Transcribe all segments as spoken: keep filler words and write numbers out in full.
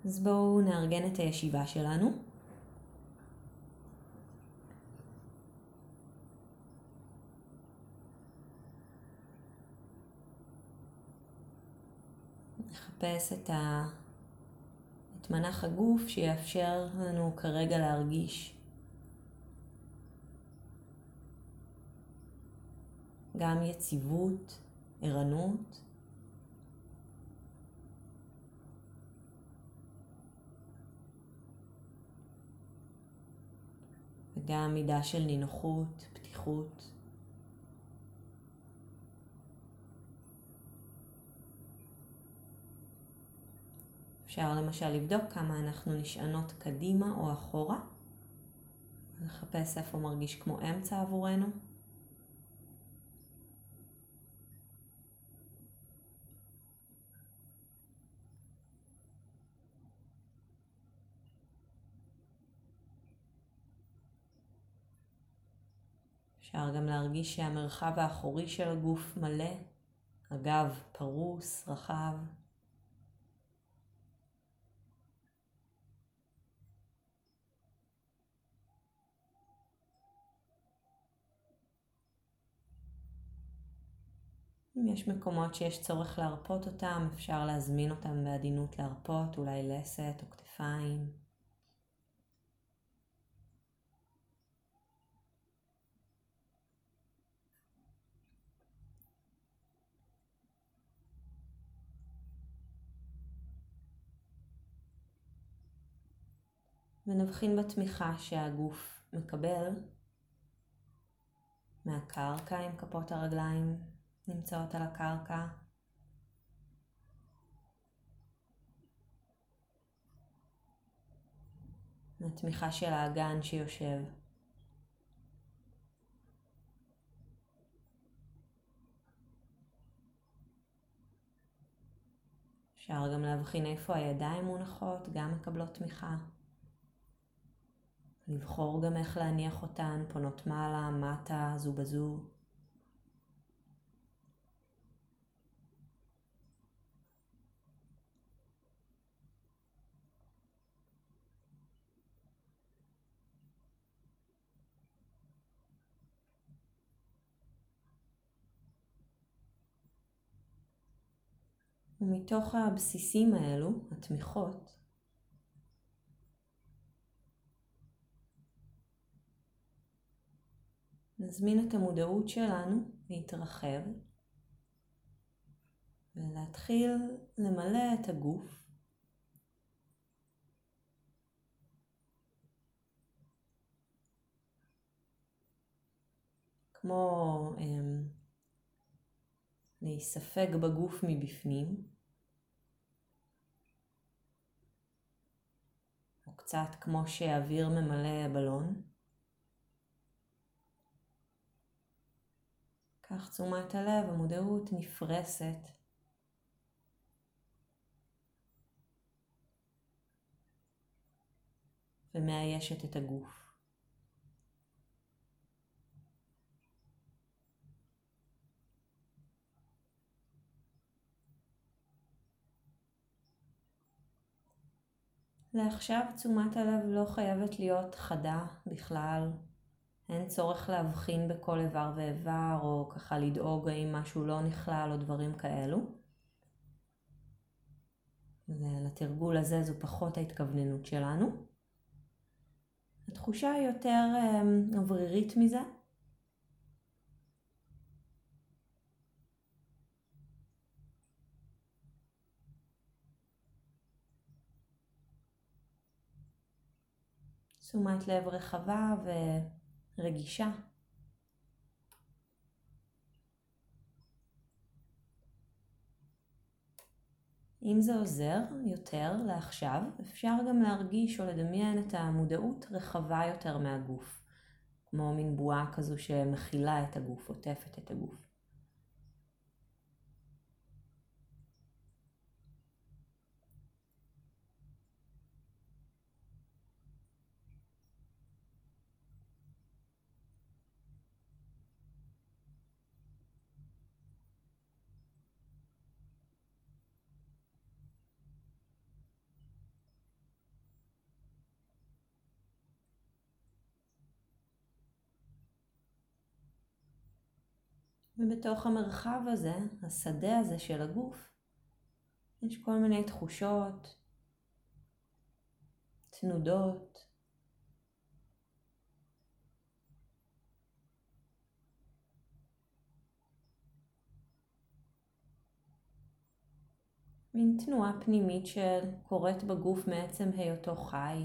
אז בואו נארגן את הישיבה שלנו. נחפש את, ה... את מנח הגוף שיאפשר לנו כרגע להרגיש גם יציבות, ערנות, וגם מידה של נינוחות, פתיחות. אפשר למשל לבדוק כמה אנחנו נשענות קדימה או אחורה. לחפש איפה מרגיש כמו אמצע עבורנו. אפשר גם להרגיש שהמרחב האחורי של הגוף מלא, הגב פרוס, רחב. אם יש מקומות שיש צורך להרפות אותם, אפשר להזמין אותם בעדינות להרפות, אולי לסת או כתפיים. ונבחין בתמיכה שהגוף מקבל מהקרקע, אם כפות הרגליים נמצאות על הקרקע. התמיכה של האגן שיושב. אפשר גם להבחין איפה הידיים מונחות, גם מקבלות תמיכה. לבחור גם איך להניח אותן, פונות מעלה, מטה, זו בזו. ומתוך הבסיסים האלו, התמיכות, נזמין את המודעות שלנו להתרחב ולהתחיל למלא את הגוף כמו אמ, להיספג בגוף מבפנים, או קצת כמו שאוויר ממלא בלון. כך תשומת הלב, המודעות נפרסת ומאיישת את הגוף. לעכשיו תשומת הלב לא חייבת להיות חדה בכלל. אין צורך להבחין בכל איבר ואיבר או ככה לדאוג האם משהו לא נכלל או דברים כאלו. לתרגול הזה זו פחות ההתכווננות שלנו. התחושה היא יותר אוורירית מזה. תשומת לב רחבה ורגישה. אם זה עוזר יותר לעכשיו, אפשר גם להרגיש או לדמיין את המודעות רחבה יותר מהגוף, כמו מין בועה כזו שמכילה את הגוף, עוטפת את הגוף. ובתוך המרחב הזה, השדה הזה של הגוף, יש כל מיני תחושות, תנודות, מין תנועה פנימית שקורית בגוף מעצם היותו חי.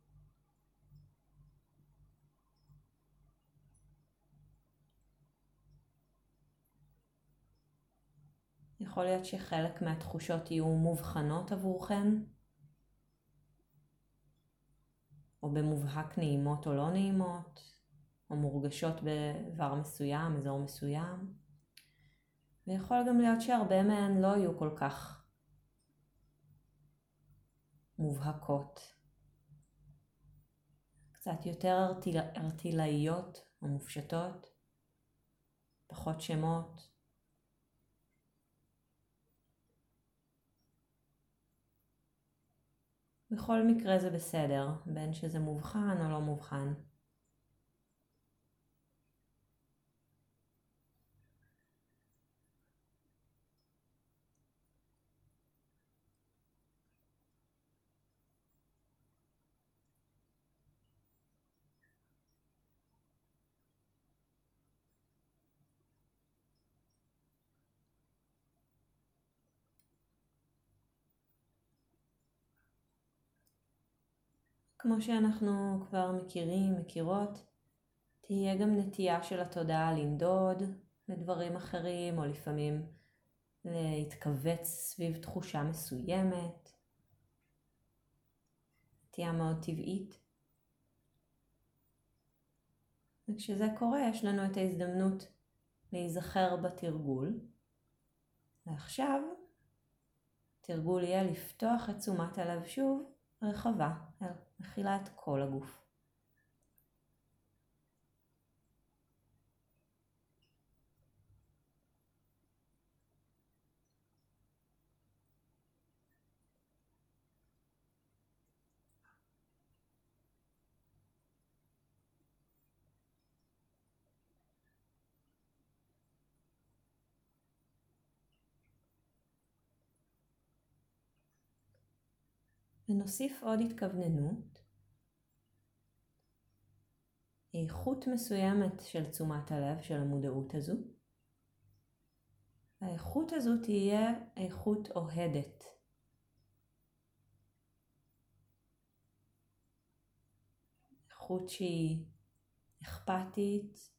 יכול להיות שחלק מהתחושות יהיו מובחנות עבורכן, או במובהק נעימות או לא נעימות, או מורגשות באיבר מסוים, אזור מסוים. ויכול גם להיות שהרבה מהן לא יהיו כל כך מובהקות. קצת יותר ארטילאיות או מופשטות, פחות שמות. בכל מקרה זה בסדר, בין שזה מובחן או לא מובחן. כמו שאנחנו כבר מכירים, מכירות, תהיה גם נטייה של התודעה לנדוד לדברים אחרים, או לפעמים להתכווץ סביב תחושה מסוימת. נטייה מאוד טבעית. וכשזה קורה, יש לנו את ההזדמנות להיזכר בתרגול. ועכשיו, תרגול יהיה לפתוח את תשומת הלב שוב רחבה, מכילה את כל הגוף. ונוסיף עוד התכווננות, איכות מסוימת של תשומת הלב, של המודעות הזו. האיכות הזו תהיה איכות אוהדת. איכות שהיא אכפתית,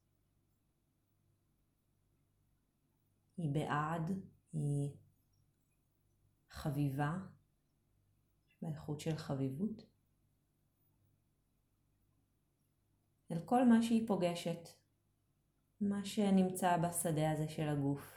היא בעד, היא חביבה, באיכות של חביבות. אל כל מה שהיא פוגשת, מה שנמצא בשדה הזה של הגוף.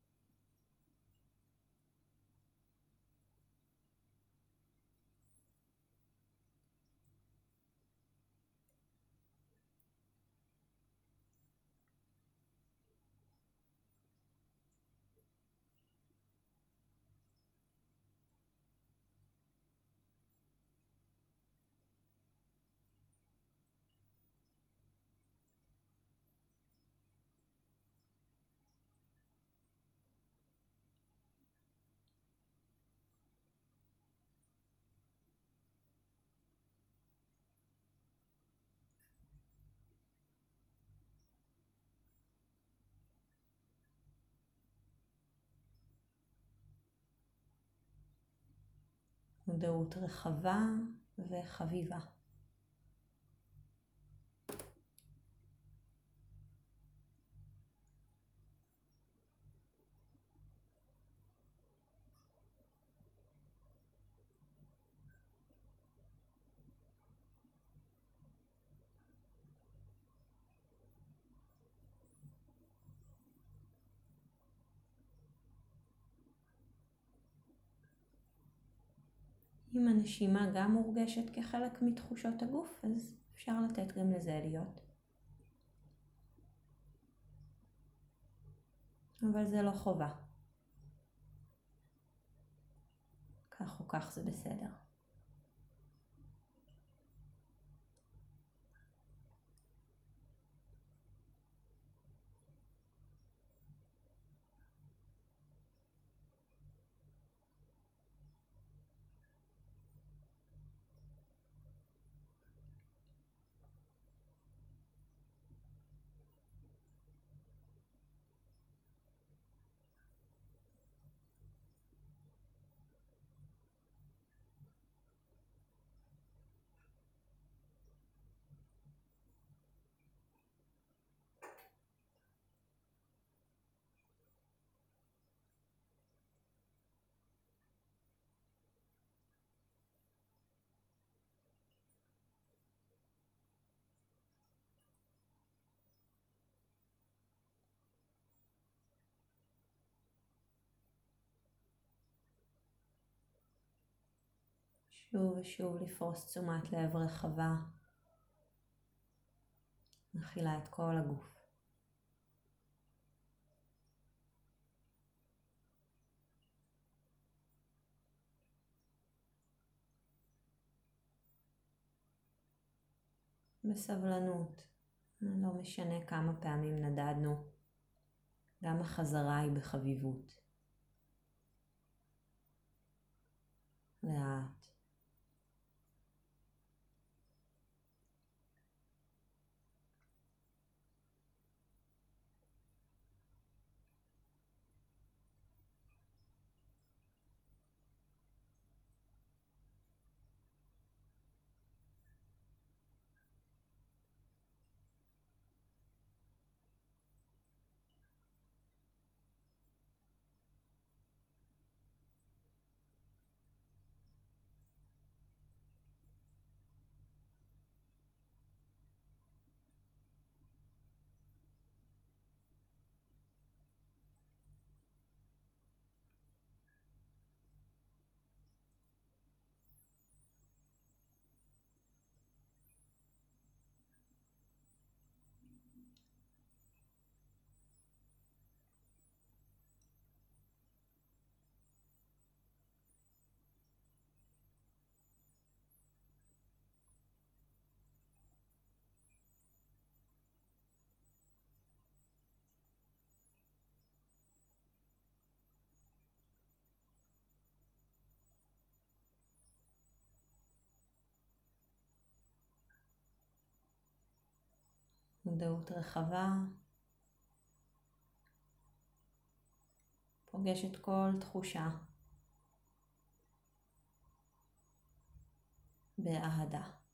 מודעות רחבה וחביבה. אם הנשימה גם מורגשת כחלק מתחושות הגוף, אז אפשר לתת גם לזה להיות. אבל זה לא חובה. כך או כך זה בסדר. שוב ושוב לפרוס תשומת לב רחבה, מכילה את כל הגוף. בסבלנות, לא משנה כמה פעמים נדדנו, גם החזרה היא בחביבות. לאט. מודעות רחבה, פוגשת כל תחושה באהדה.